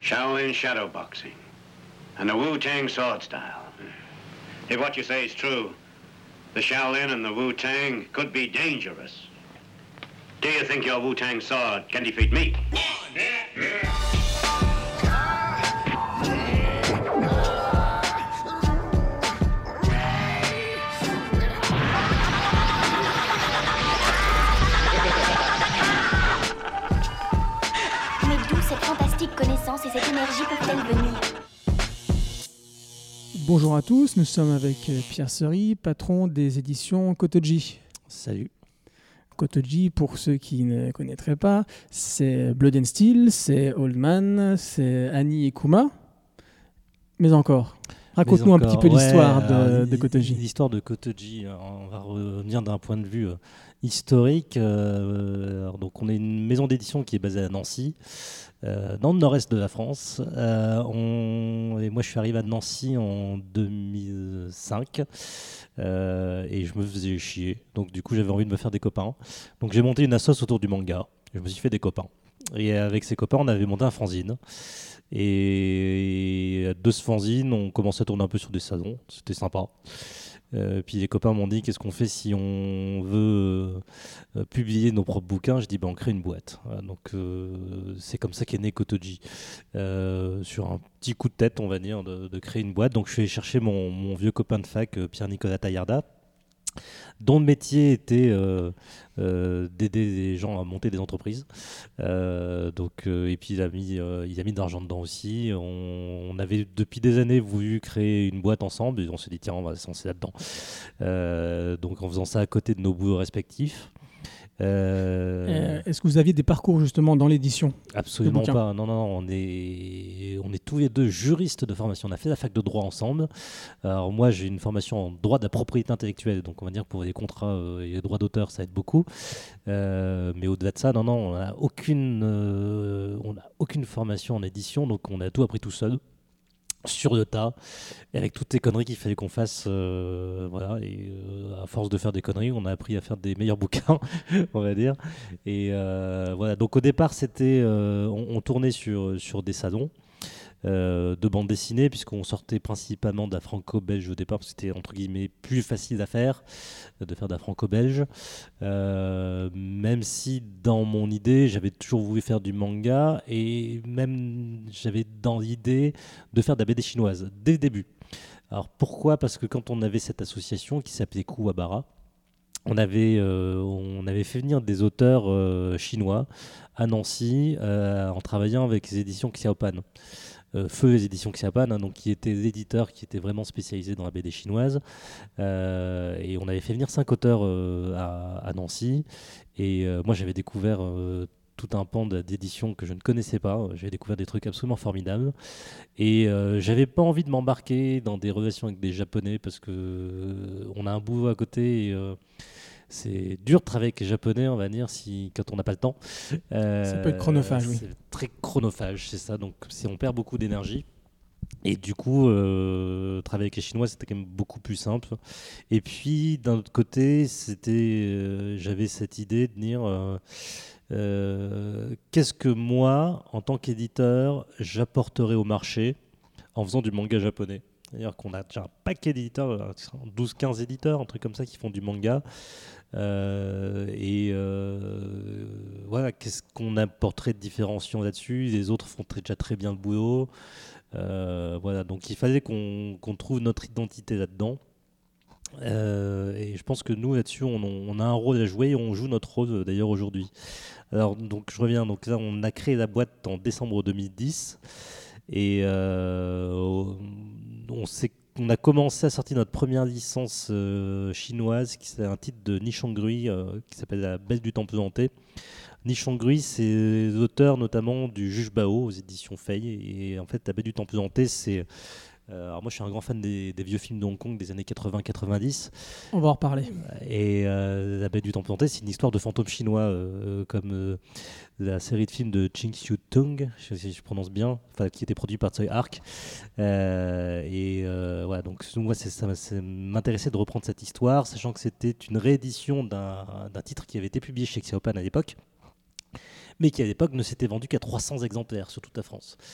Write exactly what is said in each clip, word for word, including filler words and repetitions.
Shaolin shadow boxing and the Wu-Tang sword style. If what you say is true, the Shaolin and the Wu-Tang could be dangerous. Do you think your Wu-Tang sword can defeat me? Mais d'où cette fantastique connaissance et cette énergie peuvent-elles venir ? Bonjour à tous, nous sommes avec Pierre Seri, patron des éditions Kotoji. Salut. Kotoji, pour ceux qui ne connaîtraient pas, c'est Blood and Steel, c'est Old Man, c'est Annie et Kuma. Mais encore, raconte-nous Mais un encore, petit peu ouais, l'histoire de, alors, de Kotoji. L'histoire de Kotoji, on va revenir d'un point de vue euh, historique. Euh, alors, donc on est une maison d'édition qui est basée à Nancy, euh, dans le nord-est de la France. Euh, on, et moi je suis arrivé à Nancy en deux mille cinq. Euh, et je me faisais chier, donc du coup j'avais envie de me faire des copains, donc j'ai monté une assoce autour du manga, je me suis fait des copains, et avec ces copains on avait monté un fanzine, et de ce fanzine on commençait à tourner un peu sur des salons, c'était sympa. Euh, puis les copains m'ont dit qu'est-ce qu'on fait si on veut euh, publier nos propres bouquins. Je dis bah, on crée une boîte. Voilà, donc euh, c'est comme ça qu'est né Kotoji, euh, sur un petit coup de tête on va dire de, de créer une boîte. Donc je suis allé chercher mon, mon vieux copain de fac euh, Pierre-Nicolas Taillarda, dont le métier était euh, euh, d'aider les gens à monter des entreprises. Euh, donc, euh, et puis il a mis, euh, il a mis de l'argent dedans aussi. On, on avait depuis des années voulu créer une boîte ensemble et on s'est dit tiens on va se lancer là-dedans. Euh, donc en faisant ça à côté de nos boulots respectifs. Euh... Euh, est-ce que vous aviez des parcours justement dans l'édition ? Absolument pas. Non, non, on est, on est tous les deux juristes de formation. On a fait la fac de droit ensemble. Alors moi, j'ai une formation en droit de la propriété intellectuelle, donc on va dire pour les contrats euh, et les droits d'auteur, ça aide beaucoup. Euh, mais au-delà de ça, non, non, on n'a aucune, euh, on n'a aucune formation en édition, donc on a tout appris tout seul, sur le tas, et avec toutes les conneries qu'il fallait qu'on fasse, euh, voilà, et euh, à force de faire des conneries, on a appris à faire des meilleurs bouquins, on va dire. Et euh, voilà, donc au départ, c'était, euh, on, on tournait sur, sur des salons euh, de bande dessinée, puisqu'on sortait principalement de la franco-belge au départ, parce que c'était entre guillemets plus facile à faire, de faire de la franco-belge, euh, même si dans mon idée, j'avais toujours voulu faire du manga, et même j'avais dans l'idée de faire de la B D chinoise, dès le début. Alors pourquoi ? Parce que quand on avait cette association qui s'appelait Kuwabara, on avait, euh, on avait fait venir des auteurs euh, chinois à Nancy euh, en travaillant avec les éditions Xiaopan. Euh, Feu les éditions Xiaopan, hein, donc qui étaient des éditeurs qui étaient vraiment spécialisés dans la B D chinoise. Euh, et on avait fait venir cinq auteurs euh, à, à Nancy. Et euh, moi, j'avais découvert euh, tout un pan d'éditions que je ne connaissais pas. J'avais découvert des trucs absolument formidables. Et euh, j'avais pas envie de m'embarquer dans des relations avec des Japonais parce que euh, on a un boulot à côté. Et, euh, c'est dur de travailler avec les Japonais, on va dire, si, quand on n'a pas le temps. Euh, Ça peut être chronophage, oui. C'est très chronophage, c'est ça. Donc, c'est, on perd beaucoup d'énergie. Et du coup, euh, travailler avec les Chinois, c'était quand même beaucoup plus simple. Et puis, d'un autre côté, c'était, euh, j'avais cette idée de dire euh, euh, qu'est-ce que moi, en tant qu'éditeur, j'apporterais au marché en faisant du manga japonais. C'est-à-dire qu'on a déjà un paquet d'éditeurs, douze quinze éditeurs, un truc comme ça, qui font du manga. Euh, et euh, voilà, qu'est-ce qu'on apporterait de différenciant là-dessus ? Les autres font très, déjà très bien le boulot. Euh, voilà, donc il fallait qu'on, qu'on trouve notre identité là-dedans. Euh, et je pense que nous, là-dessus, on, on a un rôle à jouer et on joue notre rôle d'ailleurs aujourd'hui. Alors, donc, je reviens. Donc là, on a créé la boîte en décembre deux mille dix. Et euh, on, s'est, on a commencé à sortir notre première licence euh, chinoise, qui c'est un titre de Nishongrui, euh, qui s'appelle La Belle du Temple hanté. Nishongrui, c'est l'auteur notamment du Juge Bao aux éditions Fei. Et en fait, La Belle du Temple hanté, c'est... Euh, alors moi, je suis un grand fan des, des vieux films de Hong Kong des années quatre-vingts quatre-vingt-dix. On va en reparler. Et euh, La Belle du Temple hanté, c'est une histoire de fantômes chinois, euh, comme euh, la série de films de Ching Xiu Tung, je sais pas si je prononce bien, enfin, qui était produit par Tsui Hark. Euh, et euh, voilà, donc moi, c'est, ça, ça m'intéressait de reprendre cette histoire, sachant que c'était une réédition d'un, d'un titre qui avait été publié chez Xiaopan à l'époque, mais qui à l'époque ne s'était vendu qu'à trois cents exemplaires sur toute la France.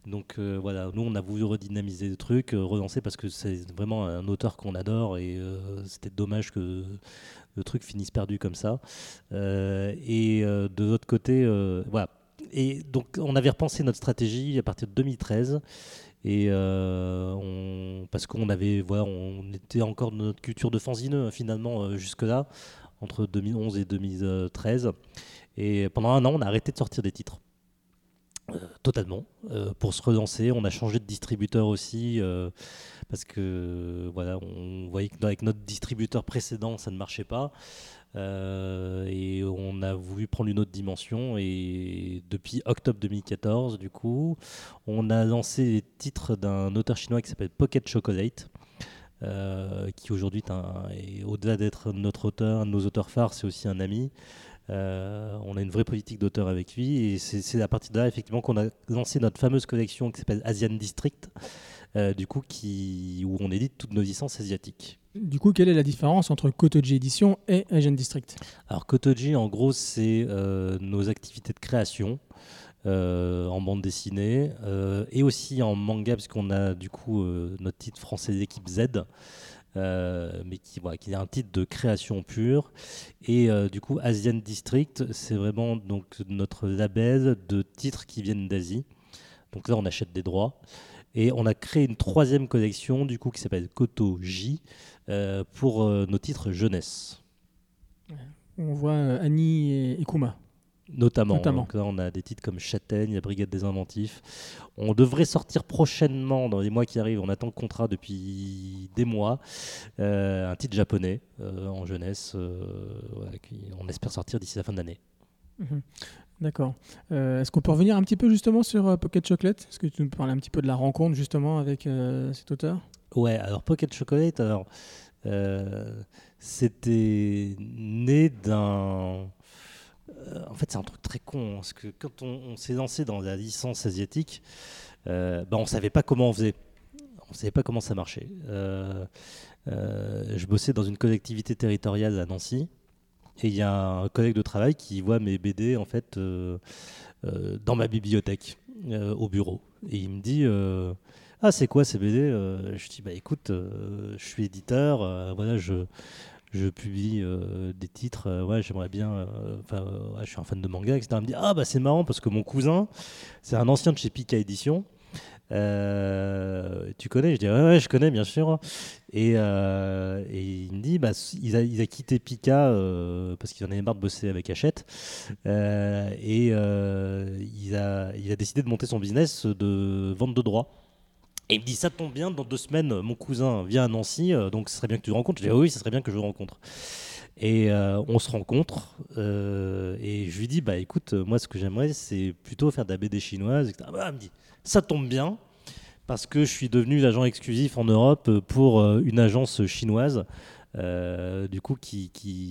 Donc euh, voilà, nous on a voulu redynamiser le truc, euh, relancer parce que c'est vraiment un auteur qu'on adore et euh, c'était dommage que le truc finisse perdu comme ça. Euh, et euh, de l'autre côté, euh, voilà. Et donc on avait repensé notre stratégie à partir de deux mille treize. Et euh, on, parce qu'on avait, voilà, on était encore dans notre culture de fanzineux hein, finalement euh, jusque-là, entre deux mille onze et deux mille treize. Et pendant un an, on a arrêté de sortir des titres. Euh, totalement. Euh, pour se relancer, on a changé de distributeur aussi euh, parce que voilà, on voyait qu'avec notre distributeur précédent, ça ne marchait pas. Euh, et on a voulu prendre une autre dimension et depuis octobre deux mille quatorze du coup on a lancé les titres d'un auteur chinois qui s'appelle Pocket Chocolate euh, qui aujourd'hui est, un, est au-delà d'être notre auteur, un de nos auteurs phares, c'est aussi un ami. Euh, on a une vraie politique d'auteur avec lui et c'est, c'est à partir de là effectivement qu'on a lancé notre fameuse collection qui s'appelle Asian District euh, du coup qui, où on édite toutes nos licences asiatiques. Du coup, quelle est la différence entre Kotoji Édition et Asian District ? Alors Kotoji, en gros, c'est euh, nos activités de création euh, en bande dessinée euh, et aussi en manga, parce qu'on a du coup euh, notre titre français d'équipe Z, euh, mais qui, voilà, qui est un titre de création pure. Et euh, du coup, Asian District, c'est vraiment donc, notre label de titres qui viennent d'Asie. Donc là, on achète des droits. Et on a créé une troisième collection du coup qui s'appelle Kotoji euh, pour euh, nos titres jeunesse. On voit euh, Annie et, et Kuma. Notamment. Notamment. Donc là, on a des titres comme Châtaigne, la Brigade des Inventifs. On devrait sortir prochainement, dans les mois qui arrivent, on attend le contrat depuis des mois, euh, un titre japonais euh, en jeunesse, euh, ouais, qui, on espère sortir d'ici la fin de l'année. Mmh. D'accord. Euh, est-ce qu'on peut revenir un petit peu justement sur euh, Pocket Chocolate ? Est-ce que tu nous parles un petit peu de la rencontre justement avec euh, cet auteur ? Ouais, alors Pocket Chocolate, alors, euh, c'était né d'un... Euh, en fait, c'est un truc très con, hein, parce que quand on, on s'est lancé dans la licence asiatique, euh, bah, on ne savait pas comment on faisait. On ne savait pas comment ça marchait. Euh, euh, je bossais dans une collectivité territoriale à Nancy. Et il y a un collègue de travail qui voit mes B D en fait euh, euh, dans ma bibliothèque euh, au bureau et il me dit euh, ah c'est quoi ces B D euh, je dis bah écoute euh, je suis éditeur euh, voilà je je publie euh, des titres euh, ouais j'aimerais bien enfin euh, ouais, je suis un fan de manga etc. Il me dit ah bah c'est marrant parce que mon cousin c'est un ancien de chez Pika Édition. Euh, tu connais? Je dis ouais, ouais, je connais bien sûr. Et, euh, et il me dit bah, il, a, il a quitté Pika euh, parce qu'il en avait marre de bosser avec Hachette. Euh, et euh, il, a, il a décidé de monter son business de vente de droits. Et il me dit ça tombe bien, dans deux semaines, mon cousin vient à Nancy, euh, donc ce serait bien que tu le rencontres. Je dis ah oui, ce serait bien que je le rencontre. Et euh, on se rencontre euh, et je lui dis bah écoute, moi ce que j'aimerais c'est plutôt faire de la B D chinoise. Ah, bah, il me dit ça tombe bien parce que je suis devenu l'agent exclusif en Europe pour euh, une agence chinoise euh, du coup qui,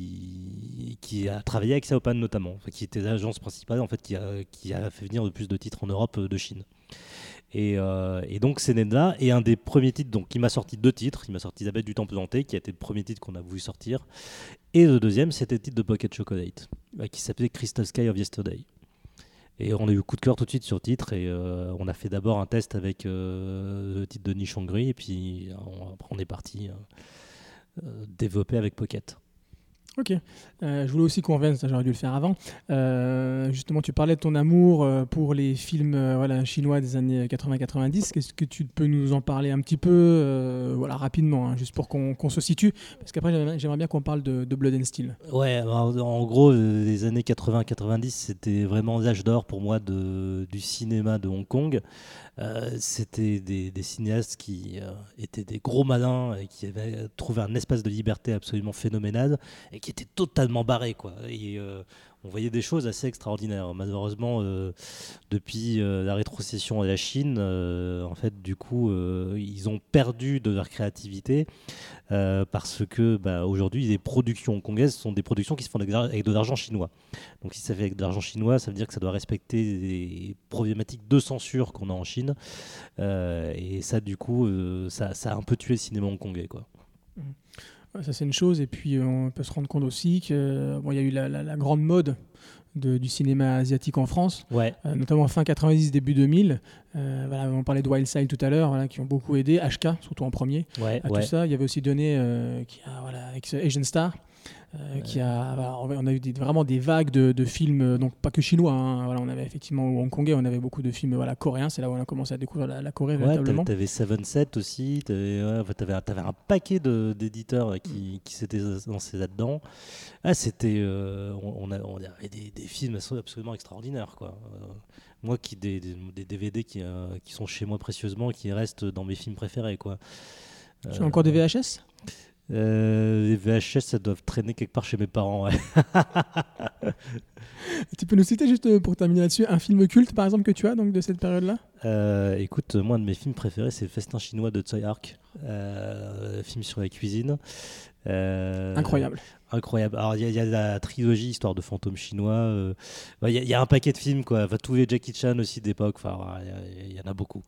qui, qui a travaillé avec Xiaopan notamment, enfin, qui était l'agence principale en fait qui a, qui a fait venir le plus de titres en Europe euh, de Chine. Et, euh, et donc c'est né de là. Et un des premiers titres, donc il m'a sorti deux titres. Il m'a sorti Isabelle du Temple Hanté, qui a été le premier titre qu'on a voulu sortir. Et le deuxième, c'était le titre de Pocket Chocolate, euh, qui s'appelait Crystal Sky of Yesterday. Et on a eu coup de cœur tout de suite sur le titre. Et euh, on a fait d'abord un test avec euh, le titre de Nishongri. Et puis on, après on est parti euh, euh, développer avec Pocket. Ok. Euh, je voulais aussi qu'on revienne, ça j'aurais dû le faire avant. Euh, justement, tu parlais de ton amour euh, pour les films euh, voilà, chinois des années quatre-vingts quatre-vingt-dix. Qu'est-ce que tu peux nous en parler un petit peu, euh, voilà, rapidement, hein, juste pour qu'on, qu'on se situe. Parce qu'après, j'aimerais, j'aimerais bien qu'on parle de, de Blood and Steel. Ouais, en, en gros, les années quatre-vingts quatre-vingt-dix, c'était vraiment l'âge d'or pour moi de, du cinéma de Hong Kong. Euh, c'était des, des cinéastes qui euh, étaient des gros malins et qui avaient trouvé un espace de liberté absolument phénoménal et qui étaient totalement barrés, quoi. Et euh, on voyait des choses assez extraordinaires. Malheureusement, euh, depuis euh, la rétrocession à la Chine, euh, en fait, du coup, euh, ils ont perdu de leur créativité euh, parce que bah, aujourd'hui, les productions hongkongaises sont des productions qui se font avec de l'argent chinois. Donc, si ça fait avec de l'argent chinois, ça veut dire que ça doit respecter les problématiques de censure qu'on a en Chine. Euh, et ça, du coup, euh, ça, ça a un peu tué le cinéma hongkongais, quoi. Mmh. Ça c'est une chose, et puis euh, on peut se rendre compte aussi qu'il bon, y a eu la, la, la grande mode de, du cinéma asiatique en France, Ouais. euh, notamment fin quatre-vingt-dix, début deux mille. Euh, voilà, on parlait de Wild Side tout à l'heure, voilà, qui ont beaucoup aidé, H K surtout en premier, Ouais, à ouais. tout ça. Il y avait aussi Donné euh, qui a, voilà, avec ce Asian Star. Euh, qui a, voilà, on a eu des, vraiment des vagues de, de films, euh, donc pas que chinois. Hein, voilà, on avait effectivement au hongkongais, on avait beaucoup de films voilà, coréens. C'est là où on a commencé à découvrir la, la Corée Ouais, véritablement. t'avais, t'avais Seven Set aussi, t'avais, ouais, enfin, t'avais, t'avais un paquet de, d'éditeurs qui, qui s'étaient lancés là-dedans. Ah, c'était, euh, on, on, a, on avait des, des films absolument extraordinaires, quoi. Euh, moi, qui des, des, des D V D qui, euh, qui sont chez moi précieusement, qui restent dans mes films préférés, quoi. Tu as encore des V H S ? Euh, les V H S, ça doivent traîner quelque part chez mes parents. Ouais. Tu peux nous citer, juste pour terminer là-dessus, un film culte, par exemple, que tu as donc, de cette période-là ? Euh, écoute, moi, un de mes films préférés, c'est Le Festin chinois de Tsui Hark, euh, film sur la cuisine. Euh, Incroyable. Incroyable. Alors, il y, y a la trilogie Histoire de fantôme chinois. Il euh, ouais, y, y a un paquet de films, quoi. Enfin, tous les Jackie Chan aussi d'époque. Enfin, il y, y en a beaucoup.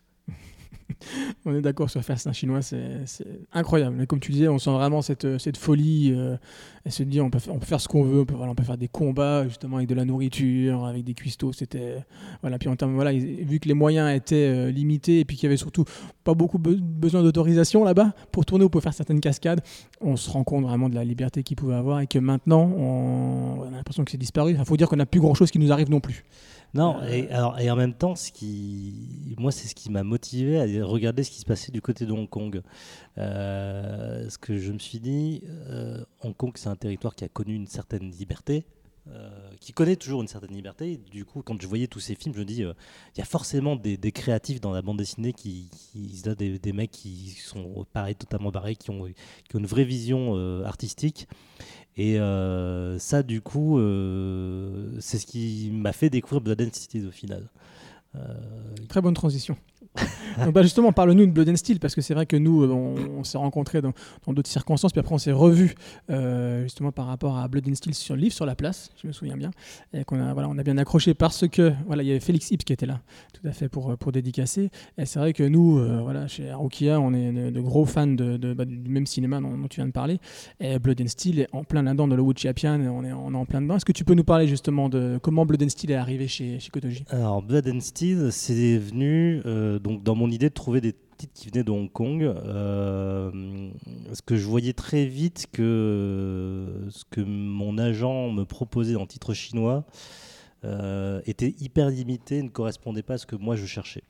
On est d'accord sur Festin chinois, c'est, c'est incroyable. Mais comme tu disais, on sent vraiment cette, cette folie. Euh, elle se dit, on peut, faire, on peut faire ce qu'on veut. On peut, voilà, on peut faire des combats justement avec de la nourriture, avec des cuistots. C'était voilà. Puis en termes, voilà, vu que les moyens étaient euh, limités et puis qu'il y avait surtout pas beaucoup be- besoin d'autorisation là-bas pour tourner ou pour faire certaines cascades, on se rend compte vraiment de la liberté qu'ils pouvaient avoir et que maintenant, on, on a l'impression que c'est disparu. Il faut dire qu'on n'a plus grand-chose qui nous arrive non plus. Non, Euh, et, alors, et en même temps, ce qui, moi, c'est ce qui m'a motivé à regarder ce qui se passait du côté de Hong Kong. Euh, ce que je me suis dit, euh, Hong Kong, c'est un territoire qui a connu une certaine liberté, euh, qui connaît toujours une certaine liberté. Et du coup, quand je voyais tous ces films, je me dis, il euh, y a forcément des, des créatifs dans la bande dessinée, qui, qui des, des mecs qui sont pareil, totalement barrés, qui ont, qui ont une vraie vision euh, artistique. Et euh, ça, du coup, euh, c'est ce qui m'a fait découvrir Blood and Steel au final. Euh... Très bonne transition. Donc bah justement, parle-nous de Blood and Steel, parce que c'est vrai que nous, on, on s'est rencontrés dans, dans d'autres circonstances, puis après on s'est revus euh, justement par rapport à Blood and Steel sur le livre, sur la place, je me souviens bien, et qu'on a, voilà, on a bien accroché parce que voilà, il y avait Félix Hips qui était là, tout à fait pour, pour dédicacer. Et c'est vrai que nous, euh, voilà, chez Arukia, on est de, de gros fans de, de, bah, du même cinéma dont, dont tu viens de parler. Et Blood and Steel est en plein là-dedans, dans le Wuchiapian, on est, on est en plein dedans. Est-ce que tu peux nous parler justement de comment Blood and Steel est arrivé chez, chez Kotoji ? Alors, Blood and Steel, c'est venu euh, donc dans mon idée de trouver des titres qui venaient de Hong Kong. Euh, ce que je voyais très vite que ce que mon agent me proposait en titre chinois euh, était hyper limité, ne correspondait pas à ce que moi je cherchais.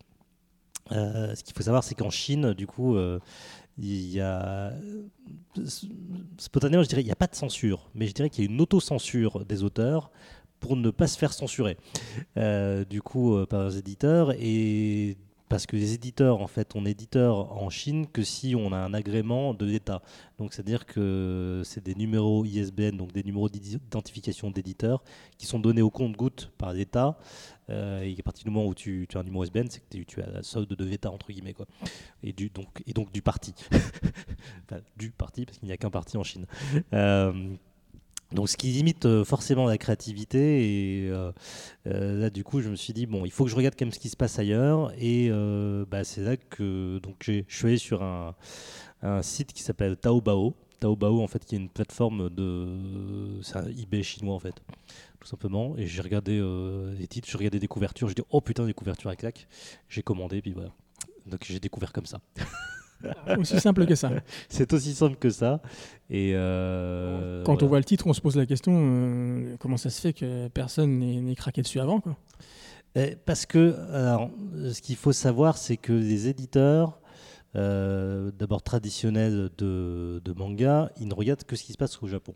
Euh, ce qu'il faut savoir, c'est qu'en Chine, du coup, euh, il y a spontanément, je dirais, il n'y a pas de censure, mais je dirais qu'il y a une autocensure des auteurs pour ne pas se faire censurer, euh, du coup, euh, par les éditeurs. Et parce que les éditeurs, en fait, on est éditeur en Chine que si on a un agrément de l'État. Donc, c'est-à-dire que c'est des numéros I S B N, donc des numéros d'identification d'éditeurs, qui sont donnés au compte-gouttes par l'État. Euh, et à partir du moment où tu, tu as un numéro I S B N, c'est que tu, tu as la solde de l'État, entre guillemets, quoi. Et, du, donc, et donc du parti. Enfin, du parti, parce qu'il n'y a qu'un parti en Chine. Euh, Donc, ce qui limite euh, forcément la créativité. Et euh, euh, là, du coup, je me suis dit, bon, il faut que je regarde quand même ce qui se passe ailleurs. Et euh, bah, c'est là que donc, j'ai, je suis allé sur un, un site qui s'appelle Taobao. Taobao, en fait, qui est une plateforme de. C'est un eBay chinois, en fait, tout simplement. Et j'ai regardé euh, les titres, j'ai regardé des couvertures. J'ai dit, oh putain, des couvertures à claque. J'ai commandé, puis voilà. Donc, j'ai découvert comme ça. Aussi simple que ça. C'est aussi simple que ça. Et euh, Quand voilà. on voit le titre, on se pose la question euh, comment ça se fait que personne n'ait, n'ait craqué dessus avant, quoi. Et parce que, alors, ce qu'il faut savoir, c'est que les éditeurs, euh, d'abord traditionnels de, de manga, ils ne regardent que ce qui se passe au Japon.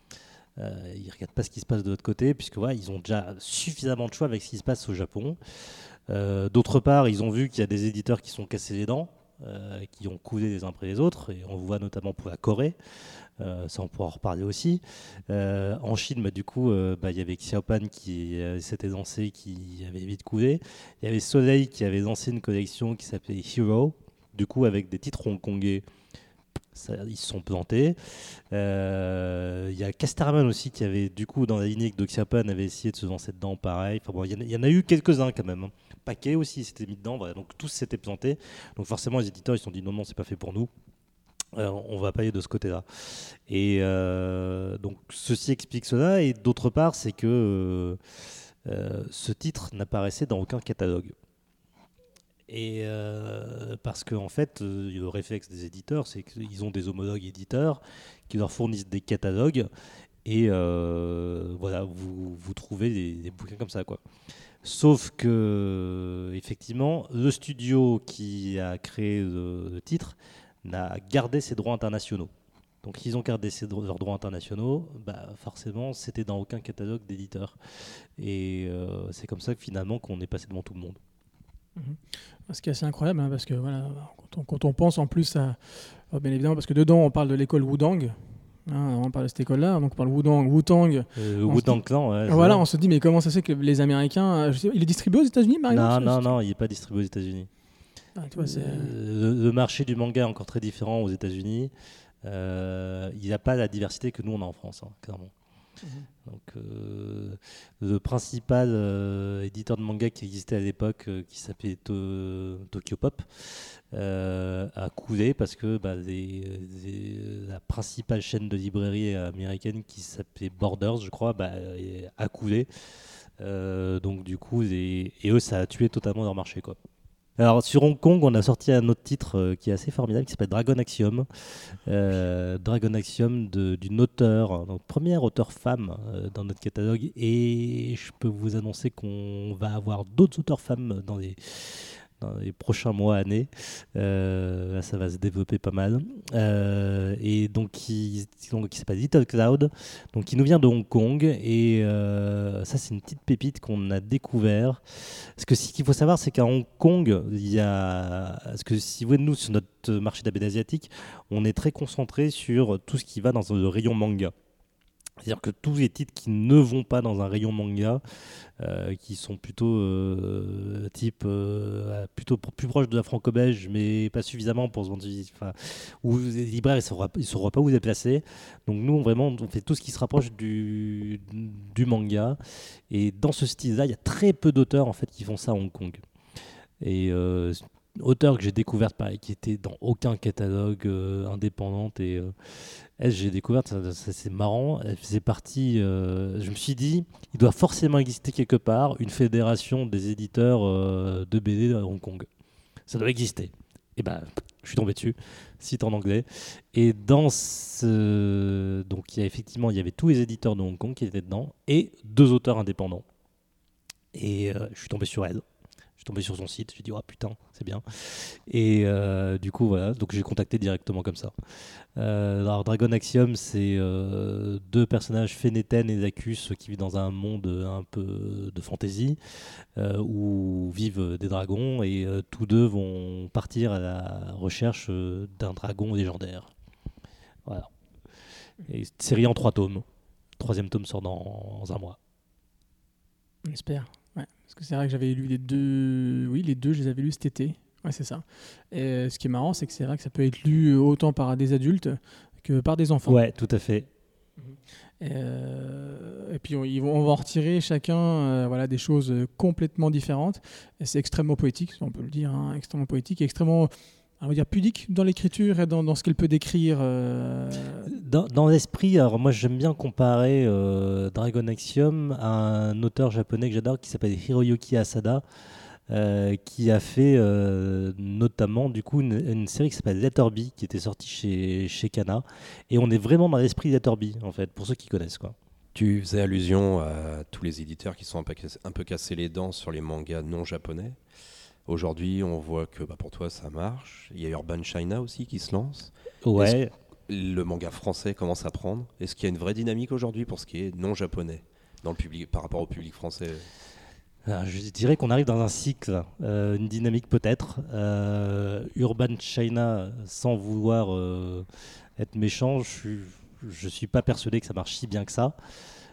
Euh, ils ne regardent pas ce qui se passe de l'autre côté, puisque ouais, ils ont déjà suffisamment de choix avec ce qui se passe au Japon. Euh, d'autre part, ils ont vu qu'il y a des éditeurs qui sont cassés les dents. Euh, qui ont coulé les uns après les autres, et on voit notamment pour la Corée, euh, ça on pourra en reparler aussi. Euh, en Chine, bah, du coup, euh, bah, il y avait Xiaopan qui euh, s'était lancé, qui avait vite coulé. Il y avait Soleil qui avait lancé une collection qui s'appelait Hero, du coup avec des titres hongkongais. Ça, ils se sont plantés. Euh, il y a Casterman aussi qui avait, du coup, dans la lignée de Xiaopan, avait essayé de se lancer dedans, pareil. Enfin bon, il y, y en a eu quelques-uns quand même. Hein. Paquet aussi s'était mis dedans, voilà. Donc tous s'étaient plantés. Donc forcément, les éditeurs ils se sont dit non, non, c'est pas fait pour nous. Euh, on va pas aller de ce côté-là. Et euh, donc, ceci explique cela. Et d'autre part, c'est que euh, euh, ce titre n'apparaissait dans aucun catalogue. Et euh, parce qu'en en fait, euh, le réflexe des éditeurs, c'est qu'ils ont des homologues éditeurs qui leur fournissent des catalogues. Et euh, voilà, vous, vous trouvez des, des bouquins comme ça, quoi. Sauf que, effectivement, le studio qui a créé le, le titre n'a gardé ses droits internationaux. Donc, ils ont gardé ses dro- leurs droits internationaux, bah, forcément, c'était dans aucun catalogue d'éditeurs. Et euh, c'est comme ça que finalement qu'on est passé devant tout le monde. Mhm. Ce qui est assez incroyable, hein, parce que voilà, quand on, quand on pense en plus à, oh, bien évidemment, parce que dedans on parle de l'école Wudang, hein, on parle de cette école-là, donc on parle Wudang, Wu-Tang. Euh, le On se Wu-Tang dit- Clan, ouais. c'est Voilà, vrai. on se dit, mais comment ça se fait que les Américains, euh, je sais- il est distribué aux États-Unis, par Non, exemple non, ce- non, il n'est pas distribué aux États-Unis. Ah, tu vois, c'est- Euh, le, le marché du manga est encore très différent aux États-Unis. Euh, il n'y a pas la diversité que nous on a en France, hein, clairement. Mhm. Donc, euh, le principal euh, éditeur de manga qui existait à l'époque, euh, qui s'appelait To- Tokyo Pop, euh, a coulé parce que bah, les- les- la principale chaîne de librairie américaine qui s'appelait Borders, je crois, bah, a coulé. Euh, donc du coup, les- et eux, ça a tué totalement leur marché, quoi. Alors sur Hong Kong, on a sorti un autre titre euh, qui est assez formidable, qui s'appelle Dragon Axiom. Euh, Dragon Axiom de- d'une auteure, donc première auteure femme euh, dans notre catalogue, et je peux vous annoncer qu'on va avoir d'autres auteurs femmes dans les, dans les prochains mois, années. Euh, là, ça va se développer pas mal. Euh, et donc, qui, donc, qui s'appelle Little Cloud, donc qui nous vient de Hong Kong. Et euh, ça, c'est une petite pépite qu'on a découvert. Parce que ce qu'il faut savoir, c'est qu'à Hong Kong, il y a. Parce que si vous voulez, nous, sur notre marché d'A B D asiatique, on est très concentré sur tout ce qui va dans le rayon manga. C'est-à-dire que tous les titres qui ne vont pas dans un rayon manga, euh, qui sont plutôt euh, type euh, plutôt p- plus proche de la franco-belge, mais pas suffisamment pour se vendre, enfin, où les libraires ils sauront, ils sauront pas où les placer. Donc nous on, vraiment on fait tout ce qui se rapproche du, du manga. Et dans ce style-là, il y a très peu d'auteurs en fait qui font ça à Hong Kong. Et euh, auteur que j'ai découverte pareil, qui était dans aucun catalogue euh, indépendante et euh, elle, j'ai découvert, ça, ça, c'est marrant, elle faisait partie, euh, je me suis dit, il doit forcément exister quelque part une fédération des éditeurs euh, de B D à Hong Kong. Ça doit exister. Et ben, je suis tombé dessus, site en anglais. Et dans ce... Donc, il y a effectivement, il y avait tous les éditeurs de Hong Kong qui étaient dedans et deux auteurs indépendants. Et euh, je suis tombé sur elle. Je suis tombé sur son site, j'ai dit, oh putain, c'est bien. Et euh, du coup, voilà, donc j'ai contacté directement comme ça. Euh, alors, Dragon Axiom, c'est euh, deux personnages, Feneten et Zacus, qui vivent dans un monde un peu de fantasy, euh, où vivent des dragons, et euh, tous deux vont partir à la recherche euh, d'un dragon légendaire. Voilà. Et série en trois tomes. Troisième tome sort dans, dans un mois. On espère. Ouais. Parce que c'est vrai que j'avais lu les deux. Oui, les deux, je les avais lus cet été. Ouais, c'est ça. Et euh, ce qui est marrant, c'est que c'est vrai que ça peut être lu autant par des adultes que par des enfants. Ouais, tout à fait. Et, euh, et puis on, ils vont, on va en retirer chacun euh, voilà, des choses complètement différentes. Et c'est extrêmement poétique, on peut le dire, hein, extrêmement poétique et extrêmement, on va dire, pudique dans l'écriture et dans, dans ce qu'elle peut décrire. euh, Dans, dans l'esprit, alors moi j'aime bien comparer euh, Dragon Axiom à un auteur japonais que j'adore qui s'appelle Hiroyuki Asada, euh, qui a fait euh, notamment du coup une, une série qui s'appelle Letterby, qui était sortie chez, chez Kana, et on est vraiment dans l'esprit Letterby en fait, pour ceux qui connaissent quoi. Tu faisais allusion à tous les éditeurs qui sont un peu, cassés- un peu cassés les dents sur les mangas non japonais. Aujourd'hui, on voit que bah, pour toi ça marche. Il y a Urban China aussi qui se lance. Ouais. Le manga français commence à prendre. Est-ce qu'il y a une vraie dynamique aujourd'hui pour ce qui est non japonais dans le public, par rapport au public français? Alors, je dirais qu'on arrive dans un cycle, euh, une dynamique peut-être. Euh, Urban China, sans vouloir euh, être méchant, je suis, je suis pas persuadé que ça marche si bien que ça.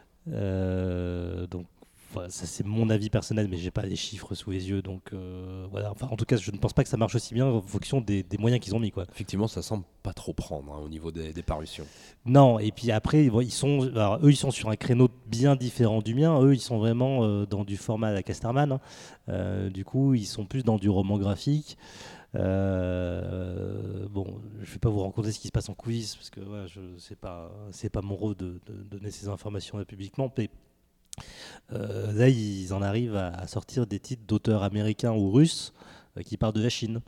Euh, donc voilà, ça c'est mon avis personnel, mais j'ai pas les chiffres sous les yeux, donc euh, voilà. Enfin, en tout cas, je ne pense pas que ça marche aussi bien en fonction des, des moyens qu'ils ont mis, quoi. Effectivement, ça semble pas trop prendre hein, au niveau des, des parutions. Non, et puis après, ils sont, alors, eux, ils sont sur un créneau bien différent du mien. Eux, ils sont vraiment euh, dans du format à la Casterman. hein. Euh, du coup, ils sont plus dans du roman graphique. Euh, bon, je vais pas vous raconter ce qui se passe en coulisses parce que ouais, je c'est pas c'est pas mon rôle de, de donner ces informations là publiquement. Mais euh, là, ils en arrivent à, à sortir des titres d'auteurs américains ou russes euh, qui parlent de la Chine.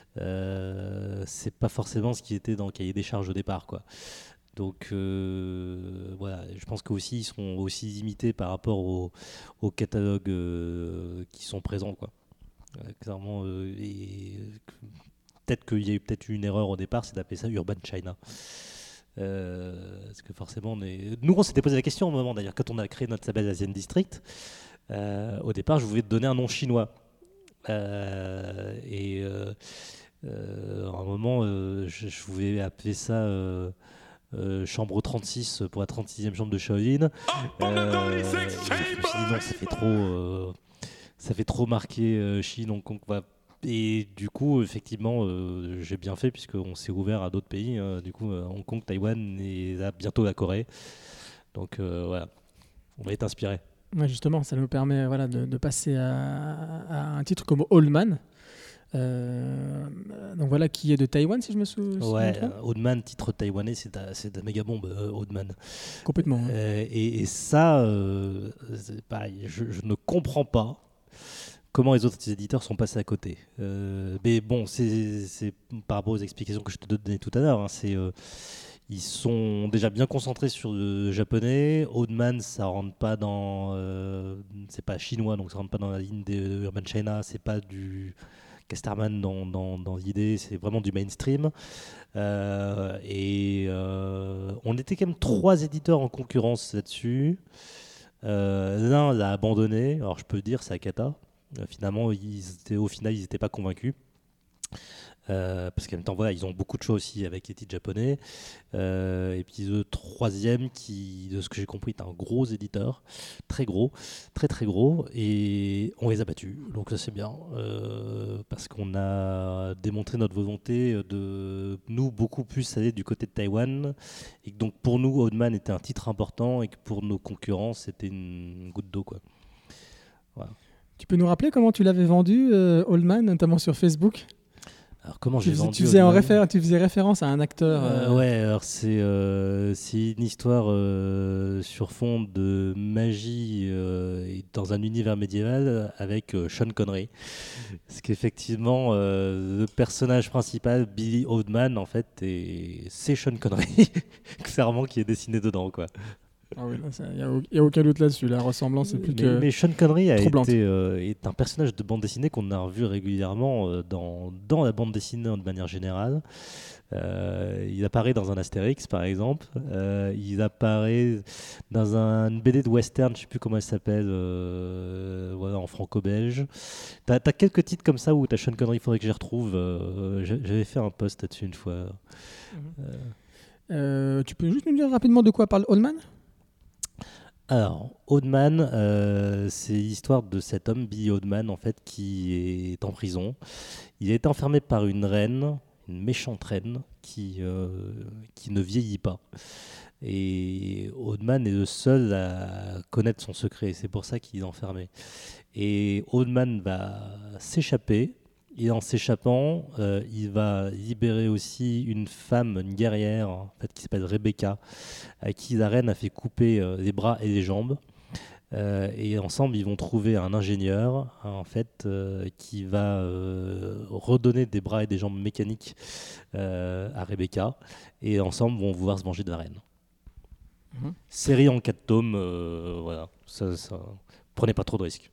Euh, c'est pas forcément ce qui était dans le cahier des charges au départ, quoi. Donc euh, voilà, je pense qu'aussi ils seront aussi limités par rapport au, au catalogue euh, qui sont présents, quoi. Euh, clairement, euh, et, euh, peut-être qu'il y a eu peut-être eu une erreur au départ, c'est d'appeler ça Urban China. Euh, parce que forcément, on est... nous on s'était posé la question au moment d'ailleurs, quand on a créé notre label Asian District. Euh, au départ, je voulais te donner un nom chinois. Euh, et euh, euh, à un moment, euh, je, je voulais appeler ça. Euh, Euh, chambre trente-six pour la trente-sixième chambre de Shaolin. Euh, je me suis dit non, ça fait trop, euh, ça fait trop marqué euh, Chine, Hong Kong. Voilà. Et du coup, effectivement, euh, j'ai bien fait puisqu'on s'est ouvert à d'autres pays. Hein. Du coup, euh, Hong Kong, Taïwan et là, bientôt la Corée. Donc euh, voilà, on va être inspiré. Ouais, justement, ça nous permet voilà, de, de passer à, à un titre comme Old Man. Euh, donc voilà, qui est de Taïwan, si je me souviens. Ouais, euh, Old Man, titre taïwanais, c'est de, c'est de la méga bombe, euh, Old Man. Complètement. Hein. Euh, et, et ça, euh, c'est pareil, je, je ne comprends pas comment les autres éditeurs sont passés à côté. Euh, mais bon, c'est, c'est par rapport aux explications que je te donnais tout à l'heure. Hein, c'est, euh, ils sont déjà bien concentrés sur le japonais. Old Man, ça rentre pas dans, euh, c'est pas chinois, donc ça rentre pas dans la ligne de Urban China. C'est pas du Casterman dans, dans, dans l'idée, c'est vraiment du mainstream. Euh, et euh, on était quand même trois éditeurs en concurrence là-dessus. Euh, l'un l'a abandonné, alors je peux le dire, c'est Akata. Euh, finalement, ils étaient, au final, ils n'étaient pas convaincus. Euh, parce qu'en même temps, voilà, ils ont beaucoup de choix aussi avec les titres japonais. Euh, et puis le troisième, qui, de ce que j'ai compris, est un gros éditeur, très gros, très très gros, et on les a battus. Donc ça c'est bien, euh, parce qu'on a démontré notre volonté de nous beaucoup plus aller du côté de Taïwan, et que donc pour nous, Old Man était un titre important, et que pour nos concurrents, c'était une goutte d'eau, quoi. Voilà. Tu peux nous rappeler comment tu l'avais vendu, euh, Old Man, notamment sur Facebook ? Alors comment tu j'ai faisais, vendu tu, faisais en Old Man réfé- tu faisais référence à un acteur. Euh, euh, ouais, alors c'est euh, c'est une histoire euh, sur fond de magie euh, et dans un univers médiéval avec euh, Sean Connery. Parce qu'effectivement, euh, le personnage principal, Billy Oldman, en fait, est- c'est Sean Connery, clairement, qui est dessiné dedans, quoi. Ah oui, il n'y a, a aucun doute là-dessus. La ressemblance est plus mais, que. mais Sean Connery a troublante. été, euh, est un personnage de bande dessinée qu'on a revu régulièrement euh, dans, dans la bande dessinée de manière générale. Euh, il apparaît dans un Astérix, par exemple. Euh, il apparaît dans un, une B D de western, je ne sais plus comment elle s'appelle, euh, voilà, en franco-belge. Tu as quelques titres comme ça où tu as Sean Connery, il faudrait que je les retrouve. Euh, J'avais fait un post là-dessus une fois. Mhm. Euh, Euh, tu peux juste nous dire rapidement de quoi parle Old Man ? Alors, Oldman, euh, c'est l'histoire de cet homme, Billy Oldman, en fait, qui est en prison. Il a été enfermé par une reine, une méchante reine, qui, euh, qui ne vieillit pas. Et Oldman est le seul à connaître son secret, c'est pour ça qu'il est enfermé. Et Oldman va s'échapper, et en s'échappant, euh, il va libérer aussi une femme, une guerrière, en fait, qui s'appelle Rebecca, à qui la reine a fait couper euh, les bras et les jambes. Euh, et ensemble, ils vont trouver un ingénieur, hein, en fait, euh, qui va euh, redonner des bras et des jambes mécaniques euh, à Rebecca. Et ensemble, vont vouloir se venger de la reine. Mhm. Série en quatre tomes, euh, voilà. Ça, ça... Prenez pas trop de risques.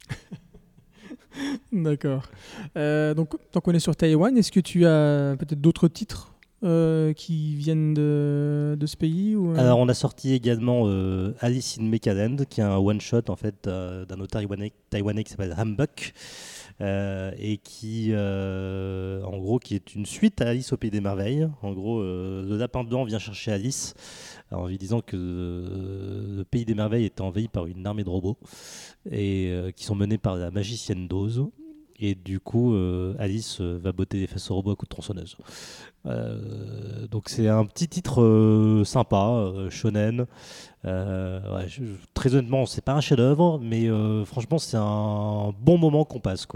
D'accord. Euh, donc, tant qu'on est sur Taïwan, est-ce que tu as peut-être d'autres titres euh, qui viennent de, de ce pays ou, euh... Alors, on a sorti également euh, Alice in Mekaland, qui est un one-shot en fait, euh, d'un auteur taïwanais, taïwanais qui s'appelle Hambuk, euh, et qui, euh, en gros, qui est une suite à Alice au Pays des Merveilles. En gros, euh, le lapin blanc vient chercher Alice en lui disant que euh, le Pays des Merveilles était envahi par une armée de robots et euh, qui sont menés par la magicienne d'Oz. Et du coup, euh, Alice euh, va botter les fesses aux robots à coups de tronçonneuse. Euh, donc c'est un petit titre euh, sympa, euh, shonen. Euh, ouais, je, très honnêtement, c'est pas un chef-d'œuvre, mais euh, franchement, c'est un bon moment qu'on passe, quoi.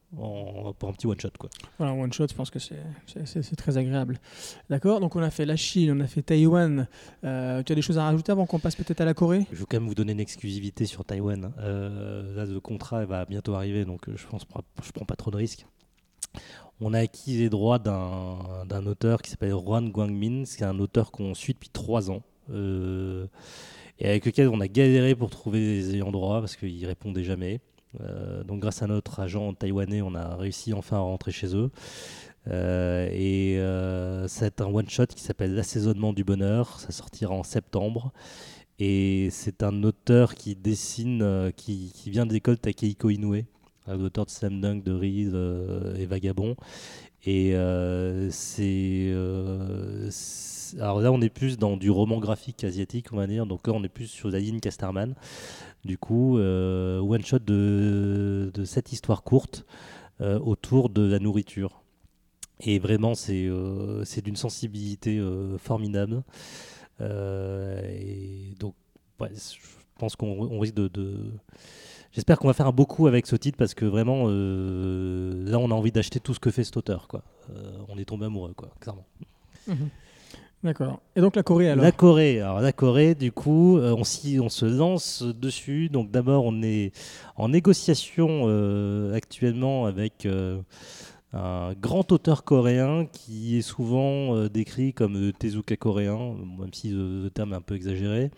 en, pour un petit one shot quoi. Voilà, one shot, je pense que c'est, c'est, c'est, c'est très agréable. D'accord, donc on a fait la Chine, on a fait Taïwan. Euh, tu as des choses à rajouter avant qu'on passe peut-être à la Corée ? Je veux quand même vous donner une exclusivité sur Taïwan. Euh, là, le contrat va bientôt arriver, donc je pense que je prends pas trop de risques. On a acquis les droits d'un, d'un auteur qui s'appelle Juan Guangmin. C'est un auteur qu'on suit depuis trois ans. Euh, et avec lequel on a galéré pour trouver les ayants droit parce qu'ils répondaient jamais. Euh, donc grâce à notre agent taïwanais, on a réussi enfin à rentrer chez eux. Euh, et euh, c'est un one-shot qui s'appelle L'assaisonnement du bonheur. Ça sortira en septembre. Et c'est un auteur qui dessine, euh, qui, qui vient de l'école Takehiko Inoue, l'auteur de Slam Dunk, de Reed euh, et Vagabond. Et euh, c'est, euh, c'est... Alors là, on est plus dans du roman graphique asiatique, on va dire. Donc là, on est plus sur Aline Casterman. Du coup, euh, one-shot de, de cette histoire courte euh, autour de la nourriture. Et vraiment, c'est, euh, c'est d'une sensibilité euh, formidable. Euh, et donc, ouais, je pense qu'on on risque de... de... J'espère qu'on va faire un beau coup avec ce titre parce que vraiment, euh, là, on a envie d'acheter tout ce que fait cet auteur, quoi. Euh, on est tombé amoureux, quoi, clairement. Mmh. D'accord. Et donc la Corée alors ? La Corée, alors la Corée, du coup, euh, on, s'y, on se lance dessus. Donc d'abord, on est en négociation euh, actuellement avec euh, un grand auteur coréen qui est souvent euh, décrit comme le Tezuka coréen, même si le, le terme est un peu exagéré.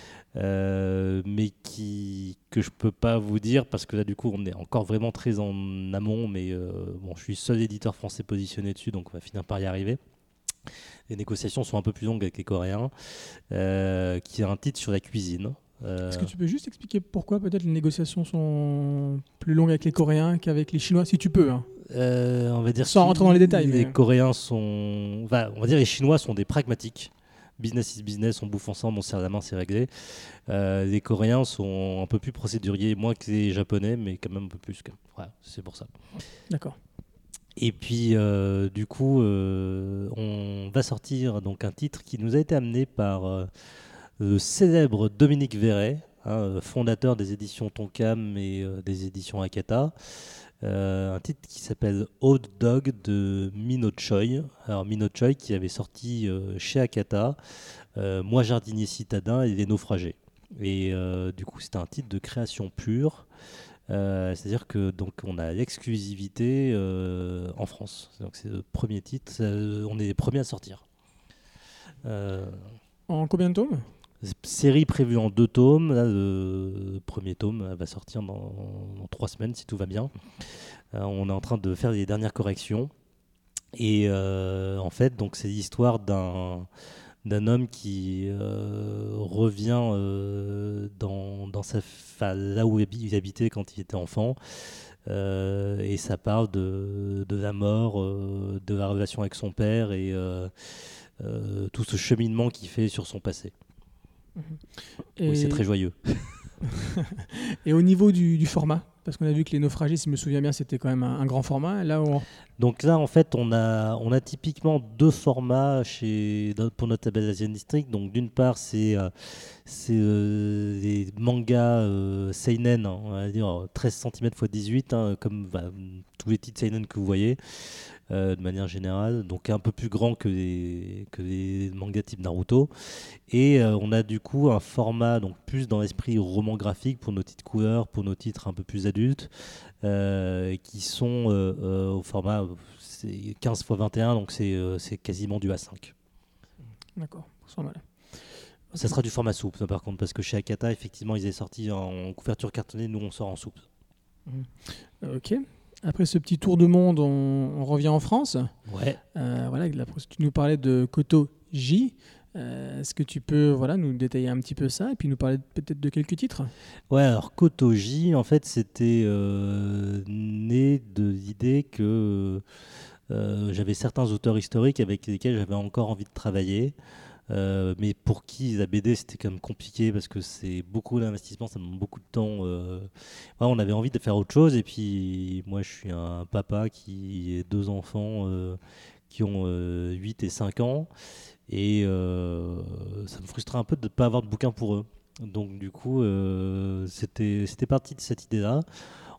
Euh, mais qui, que je peux pas vous dire parce que là du coup on est encore vraiment très en amont, mais euh, bon, je suis seul éditeur français positionné dessus, donc on va finir par y arriver. Les négociations sont un peu plus longues avec les Coréens, euh, qui a un titre sur la cuisine. Euh... Est-ce que tu peux juste expliquer pourquoi peut-être les négociations sont plus longues avec les Coréens qu'avec les Chinois, si tu peux hein. euh, On va dire sans rentrer dans les détails. Les mais... Coréens sont, enfin, on va dire les Chinois sont des pragmatiques. Business is business, on bouffe ensemble, on serre la main, c'est réglé. Euh, les Coréens sont un peu plus procéduriers, moins que les Japonais, mais quand même un peu plus. Quand même. Voilà, c'est pour ça. D'accord. Et puis, euh, du coup, euh, on va sortir donc un titre qui nous a été amené par euh, le célèbre Dominique Verret, hein, fondateur des éditions Tonkam et euh, des éditions Akata. Euh, un titre qui s'appelle Old Dog de Mino Choi. Alors Mino Choi qui avait sorti euh, chez Akata, euh, Moi jardinier citadin et Les naufragés. Et euh, du coup, c'était un titre de création pure. Euh, c'est-à-dire que donc on a l'exclusivité euh, en France. Donc c'est le premier titre. Ça, on est les premiers à sortir. Euh, en combien de tomes ? Série prévue en deux tomes. Là, le premier tome va sortir dans, dans trois semaines si tout va bien. Euh, on est en train de faire les dernières corrections. Et euh, en fait, donc c'est l'histoire d'un d'un homme qui euh, revient euh, dans, dans sa fa- là où il habitait quand il était enfant. Euh, et ça parle de, de la mort, euh, de la relation avec son père et euh, euh, tout ce cheminement qu'il fait sur son passé. Et... Oui, c'est très joyeux. Et au niveau du, du format, parce qu'on a vu que les naufragés, si je me souviens bien, c'était quand même un, un grand format. Là, on... Donc là, en fait, on a, on a typiquement deux formats chez, pour notre label Asian District. Donc d'une part, c'est, euh, c'est euh, les mangas euh, seinen, hein, on va dire treize centimètres par dix-huit, hein, comme bah, tous les titres seinen que vous voyez. Euh, de manière générale, donc un peu plus grand que les, que les mangas type Naruto. Et euh, on a du coup un format donc plus dans l'esprit roman graphique pour nos titres couleurs, pour nos titres un peu plus adultes, euh, qui sont euh, euh, au format c'est quinze par vingt et un, donc c'est, euh, c'est quasiment du A cinq. D'accord, sans mal. Ça sera du format souple, ça, par contre, parce que chez Akata, effectivement, ils avaient sorti en couverture cartonnée, nous on sort en souple. Mmh. Ok. Après ce petit tour de monde, on, on revient en France. Ouais. Euh, voilà, là, tu nous parlais de Koto J. Euh, est-ce que tu peux voilà, nous détailler un petit peu ça et puis nous parler peut-être de quelques titres ? Ouais, alors Koto J, en fait, c'était euh, né de l'idée que euh, j'avais certains auteurs historiques avec lesquels j'avais encore envie de travailler. Euh, mais pour qui la B D c'était quand même compliqué parce que c'est beaucoup d'investissement, ça demande beaucoup de temps. Euh... Ouais, on avait envie de faire autre chose et puis moi je suis un papa qui a deux enfants euh, qui ont euh, huit et cinq ans et euh, ça me frustrait un peu de ne pas avoir de bouquin pour eux. Donc du coup euh, c'était, c'était parti de cette idée-là.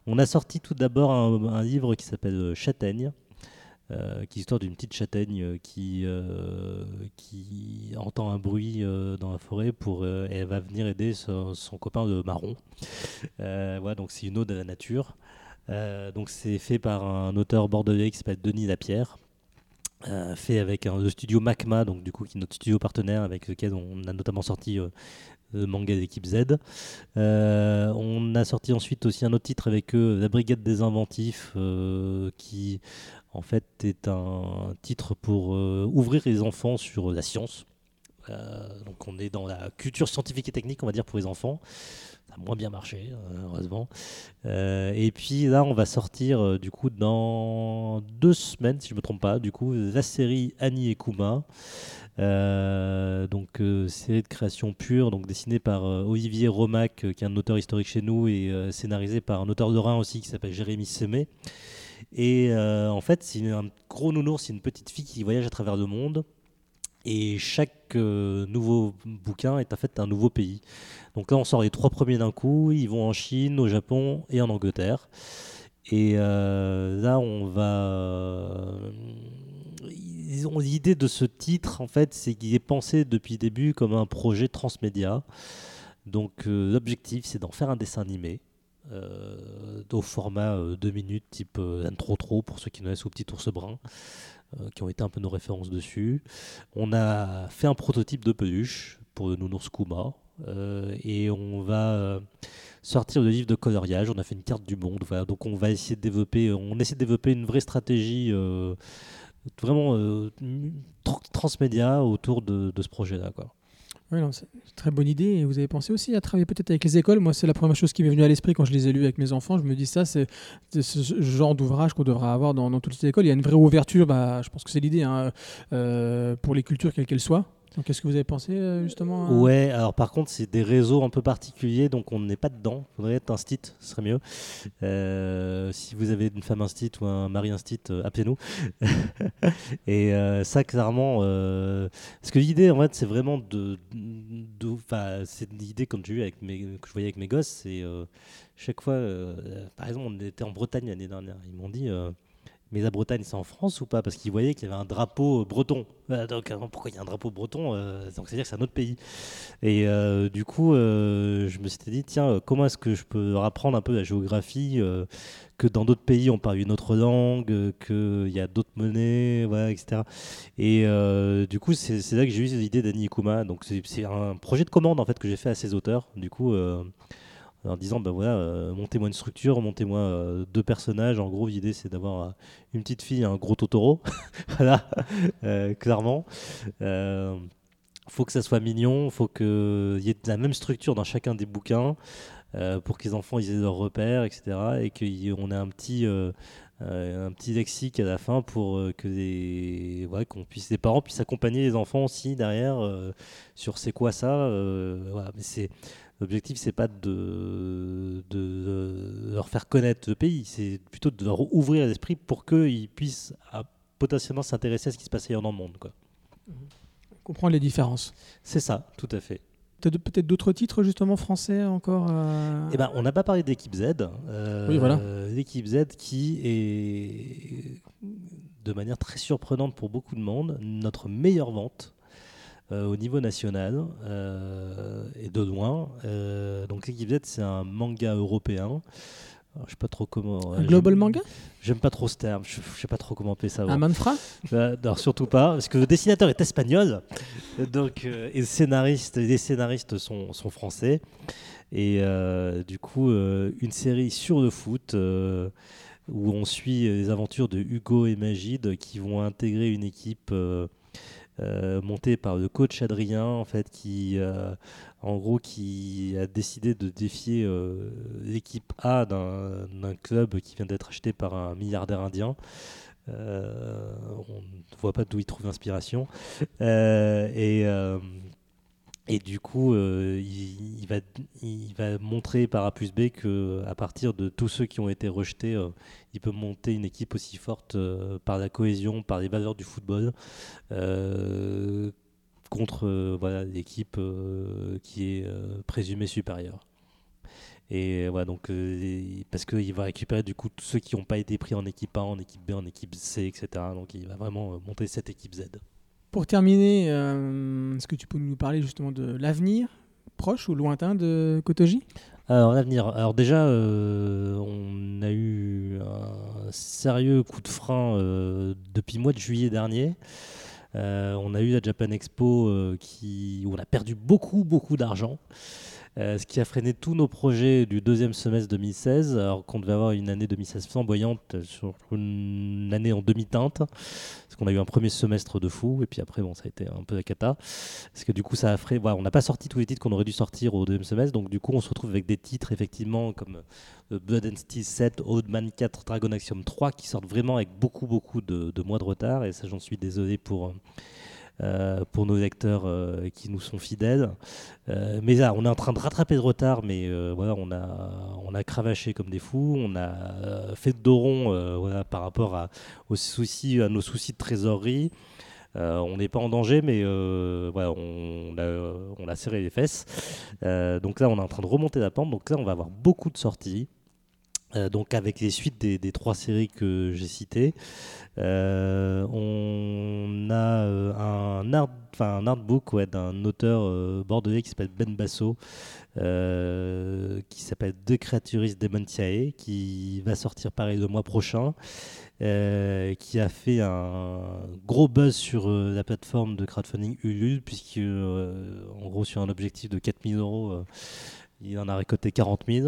On a sorti tout d'abord un, un livre qui s'appelle Châtaigne, euh, qui est l'histoire d'une petite châtaigne qui, euh, qui entend un bruit euh, dans la forêt pour, euh, et elle va venir aider son, son copain de marron. Euh, voilà, donc c'est une ode à la nature. Euh, donc c'est fait par un auteur bordelais qui s'appelle Denis Lapierre. Euh, fait avec un, le studio Macma, donc du coup qui est notre studio partenaire avec lequel on a notamment sorti euh, le manga d'équipe Z. Euh, on a sorti ensuite aussi un autre titre avec eux, La Brigade des Inventifs, euh, qui en fait est un titre pour euh, ouvrir les enfants sur la science. Euh, donc on est dans la culture scientifique et technique, on va dire, pour les enfants. Ça a moins bien marché, euh, heureusement. Euh, et puis là, on va sortir euh, du coup dans deux semaines, si je ne me trompe pas, du coup, la série Annie et Kuma. Euh, donc euh, série de création pure, donc dessinée par euh, Olivier Romac, euh, qui est un auteur historique chez nous, et euh, scénarisé par un auteur de Rhin aussi qui s'appelle Jérémy Semé. Et euh, en fait, c'est un gros nounours, c'est une petite fille qui voyage à travers le monde. Et chaque euh, nouveau bouquin est en fait un nouveau pays. Donc là, on sort les trois premiers d'un coup. Ils vont en Chine, au Japon et en Angleterre. Et euh, là, on va. euh, ils ont l'idée de ce titre, en fait, c'est qu'il est pensé depuis le début comme un projet transmédia. Donc euh, l'objectif, c'est d'en faire un dessin animé. Euh, au format euh, deux minutes, type euh, Trop Trop, pour ceux qui connaissent, au Petit Ours Brun. Euh, qui ont été un peu nos références dessus. On a fait un prototype de peluche pour le nounours Kuma euh, et on va euh, sortir le livre de coloriage. On a fait une carte du monde. Voilà. Donc on va essayer de développer, on essaie de développer une vraie stratégie euh, vraiment euh, tr- transmédia autour de, de ce projet-là, quoi. Oui, non, c'est une très bonne idée. Et vous avez pensé aussi à travailler peut-être avec les écoles. Moi, c'est la première chose qui m'est venue à l'esprit quand je les ai lus avec mes enfants. Je me dis ça, c'est, c'est ce genre d'ouvrage qu'on devrait avoir dans, dans toutes les écoles. Il y a une vraie ouverture, bah, je pense que c'est l'idée, hein, euh, pour les cultures, quelles qu'elles soient. Donc, qu'est-ce que vous avez pensé euh, justement à... Ouais, alors par contre, c'est des réseaux un peu particuliers, donc on n'est pas dedans. Il faudrait être instit, ce serait mieux. Euh, si vous avez une femme instit ou un mari instit, euh, appelez-nous. Et euh, ça, clairement, euh, parce que l'idée, en fait, c'est vraiment de. Enfin, c'est l'idée, quand j'ai eu avec mes, que je voyais avec mes gosses, c'est euh, chaque fois. Euh, par exemple, on était en Bretagne l'année dernière. Ils m'ont dit. Euh, Mais la Bretagne, c'est en France ou pas? Parce qu'ils voyaient qu'il y avait un drapeau breton. Euh, donc, euh, pourquoi il y a un drapeau breton? euh, Donc, c'est-à-dire que c'est un autre pays. Et euh, du coup, euh, je me suis dit, tiens, euh, comment est-ce que je peux leur apprendre un peu la géographie, euh, que dans d'autres pays, on parle une autre langue, euh, qu'il y a d'autres monnaies, voilà, et cetera. Et euh, du coup, c'est, c'est là que j'ai eu l'idée d'Annie Kuma. Donc, c'est, c'est un projet de commande, en fait, que j'ai fait à ces auteurs. Du coup... Euh, en disant ben voilà, euh, montez-moi une structure, montez-moi euh, deux personnages. En gros, l'idée c'est d'avoir euh, une petite fille et un gros Totoro, voilà, euh, clairement. Euh, faut que ça soit mignon, faut qu'il y ait la même structure dans chacun des bouquins euh, pour que les enfants ils aient leurs repères, et cetera. Et qu'on ait un petit euh, euh, un petit lexique à la fin pour euh, que les ouais, qu'on puisse les parents puissent accompagner les enfants aussi derrière euh, sur c'est quoi ça. Euh, voilà. Mais c'est L'objectif, c'est pas de, de, de leur faire connaître le pays, c'est plutôt de leur ouvrir l'esprit pour qu'ils puissent à, potentiellement s'intéresser à ce qui se passe ailleurs dans le monde, quoi. Comprendre les différences. C'est ça, tout à fait. Tu as de, peut-être d'autres titres justement français encore euh... Eh ben, on n'a pas parlé d'équipe Z. Euh, Oui, voilà. L'équipe Z qui est, de manière très surprenante pour beaucoup de monde, notre meilleure vente. Euh, au niveau national euh, et de loin. Euh, donc l'équipe Z, c'est un manga européen. Alors, je sais pas trop comment. Un global j'aime, manga. J'aime pas trop ce terme. Je, je sais pas trop comment appeler ça. Un manfra. Euh, non, surtout pas, parce que le dessinateur est espagnol, donc euh, et le scénariste, les scénaristes sont, sont français. Et euh, du coup, euh, une série sur le foot. Euh, où on suit les aventures de Hugo et Magid qui vont intégrer une équipe euh, Euh, monté par le coach Adrien, en fait, qui, euh, en gros, qui a décidé de défier euh, l'équipe A d'un, d'un club qui vient d'être acheté par un milliardaire indien. Euh, on ne voit pas d'où il trouve l'inspiration. Euh, et euh, Et du coup, euh, il, il, va, il va montrer par A plus B qu'à partir de tous ceux qui ont été rejetés, euh, il peut monter une équipe aussi forte euh, par la cohésion, par les valeurs du football, euh, contre euh, voilà, l'équipe euh, qui est euh, présumée supérieure. Et ouais, donc, euh, parce qu'il va récupérer du coup tous ceux qui n'ont pas été pris en équipe A, en équipe B, en équipe C, et cetera. Donc il va vraiment euh, monter cette équipe Z. Pour terminer, euh, est-ce que tu peux nous parler justement de l'avenir proche ou lointain de Kotoji ? Alors, l'avenir. Alors, déjà, euh, on a eu un sérieux coup de frein euh, depuis le mois de juillet dernier. Euh, on a eu la Japan Expo euh, qui, où on a perdu beaucoup, beaucoup d'argent. Euh, ce qui a freiné tous nos projets du deuxième semestre deux mille seize, alors qu'on devait avoir une année deux mille seize flamboyante sur une année en demi-teinte, parce qu'on a eu un premier semestre de fou, et puis après, bon, ça a été un peu la cata, parce que du coup, ça a freiné, voilà, on n'a pas sorti tous les titres qu'on aurait dû sortir au deuxième semestre, donc du coup, on se retrouve avec des titres, effectivement, comme euh, Blood and Steel sept, Old Man quatre, Dragon Axiom trois, qui sortent vraiment avec beaucoup, beaucoup de, de mois de retard, et ça, j'en suis désolé pour... Euh, pour nos lecteurs euh, qui nous sont fidèles. Euh, mais là, on est en train de rattraper le retard, mais euh, voilà, on a, on a cravaché comme des fous, on a euh, fait de dos rond euh, voilà, par rapport à, aux soucis, à nos soucis de trésorerie. Euh, on n'est pas en danger, mais euh, voilà, on, a, on a serré les fesses. Euh, donc là, on est en train de remonter la pente. Donc là, on va avoir beaucoup de sorties. Euh, donc avec les suites des, des trois séries que j'ai citées. Euh, on a euh, un, art, un artbook ouais, d'un auteur euh, bordelais qui s'appelle Ben Basso, euh, qui s'appelle The Creaturist Demontiae, qui va sortir pareil le mois prochain, euh, qui a fait un gros buzz sur euh, la plateforme de crowdfunding Ulule, puisque euh, en gros sur un objectif de quatre mille euros, euh, il en a récolté quarante mille.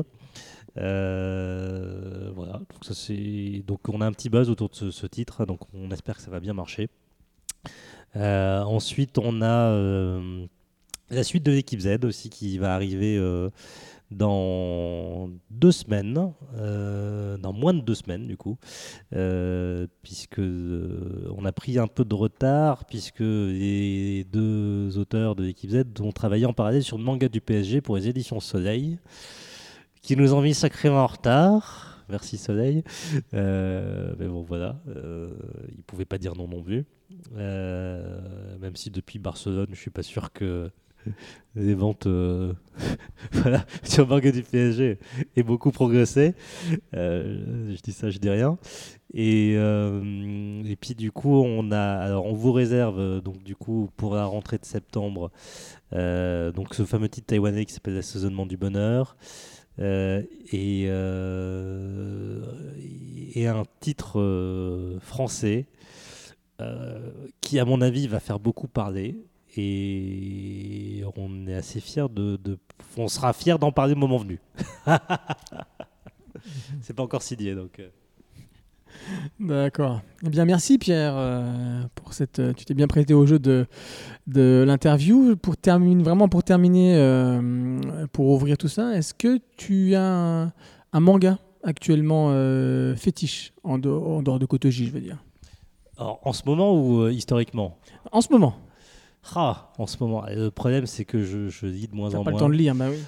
Euh, voilà, donc, ça, c'est... donc on a un petit buzz autour de ce, ce titre, donc on espère que ça va bien marcher. Euh, ensuite, on a euh, la suite de l'équipe Z aussi qui va arriver euh, dans deux semaines, euh, dans moins de deux semaines du coup, euh, puisque euh, on a pris un peu de retard, puisque les deux auteurs de l'équipe Z ont travaillé en parallèle sur le manga du P S G pour les éditions Soleil, qui nous ont mis sacrément en retard. Merci Soleil. Euh, mais bon, voilà. Euh, ils ne pouvaient pas dire non non plus. Euh, même si depuis Barcelone, je ne suis pas sûr que les ventes euh, voilà, sur le manga du P S G aient beaucoup progressé. Euh, je dis ça, je dis rien. Et, euh, et puis du coup, on, a, alors, on vous réserve donc, du coup, pour la rentrée de septembre euh, donc, ce fameux titre taïwanais qui s'appelle L'assaisonnement du bonheur. Euh, et, euh, et un titre euh, français euh, qui, à mon avis, va faire beaucoup parler. Et on est assez fiers de, de... On sera fiers d'en parler le moment venu. C'est pas encore signé, donc... Euh... D'accord. Eh bien, merci Pierre euh, pour cette. Euh, tu t'es bien prêté au jeu de de l'interview. Pour terminer, vraiment pour terminer, euh, pour ouvrir tout ça, est-ce que tu as un, un manga actuellement euh, fétiche en dehors, en dehors de Kotoji, je veux dire. Alors, en ce moment ou euh, historiquement ? En ce moment. Ah, en ce moment. Le problème, c'est que je, je lis de moins T'as en pas moins. le temps de lire, bah oui.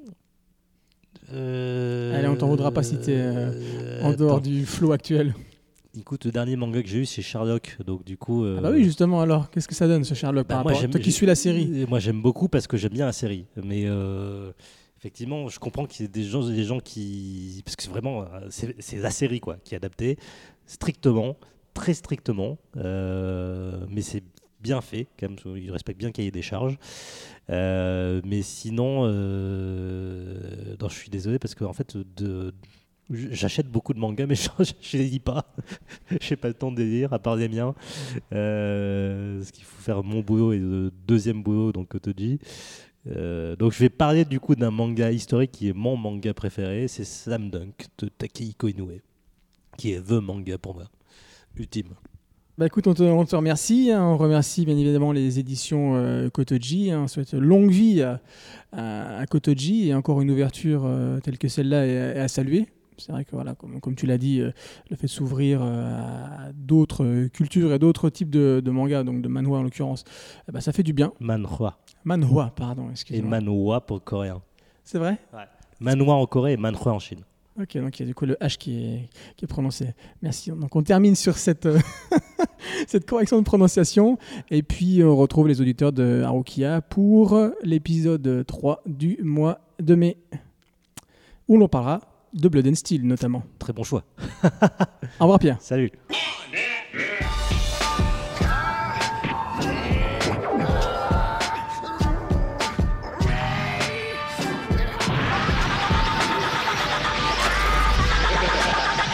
Euh... Allez, on t'en voudra pas si t'es euh, en dehors attends. du flow actuel. Écoute, le dernier manga que j'ai eu, c'est Sherlock. Donc, du coup. Euh... Ah bah oui, justement, alors, qu'est-ce que ça donne ce Sherlock bah, par moi, rapport à j'aime, toi qui suis la série? Moi, j'aime beaucoup parce que j'aime bien la série. Mais euh, effectivement, je comprends qu'il y ait des gens, des gens qui. Parce que c'est vraiment. C'est, c'est la série, quoi, qui est adaptée strictement, très strictement. Euh, mais c'est bien fait, quand même. Il respecte bien le cahier des charges. Euh, mais sinon, euh, non, je suis désolé parce que en fait, de, j'achète beaucoup de mangas, mais je ne les lis pas. Je n'ai pas le temps de les lire, à part les miens. Euh, parce qu'il faut faire mon boulot et le deuxième boulot, donc Kotoji. Euh, donc je vais parler du coup d'un manga historique qui est mon manga préféré, c'est Slam Dunk de Takehiko Inoue, qui est the manga pour moi, ultime. Bah écoute, on te, on te remercie. Hein. On remercie bien évidemment les éditions euh, Kotoji. Hein. On souhaite longue vie à, à, à Kotoji et encore une ouverture euh, telle que celle-là est, est à saluer. C'est vrai que voilà, comme, comme tu l'as dit, euh, le fait de s'ouvrir euh, à d'autres euh, cultures et d'autres types de, de mangas, donc de manhwa en l'occurrence, eh ben, ça fait du bien. Manhwa. Manhwa, pardon, excusez-moi. Et manhwa pour le coréen. C'est vrai ? Ouais. Manhwa en Corée et manhwa en Chine. Ok, donc il y a du coup le H qui est, qui est prononcé. Merci. Donc on termine sur cette, euh, cette correction de prononciation. Et puis on retrouve les auditeurs de Harukia pour l'épisode trois du mois de mai. où l'on parlera de Blood and Steel notamment. Très bon choix. Au revoir Pierre. Salut.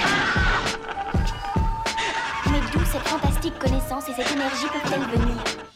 Mais d'où cette fantastique connaissance et cette énergie peuvent-elles venir?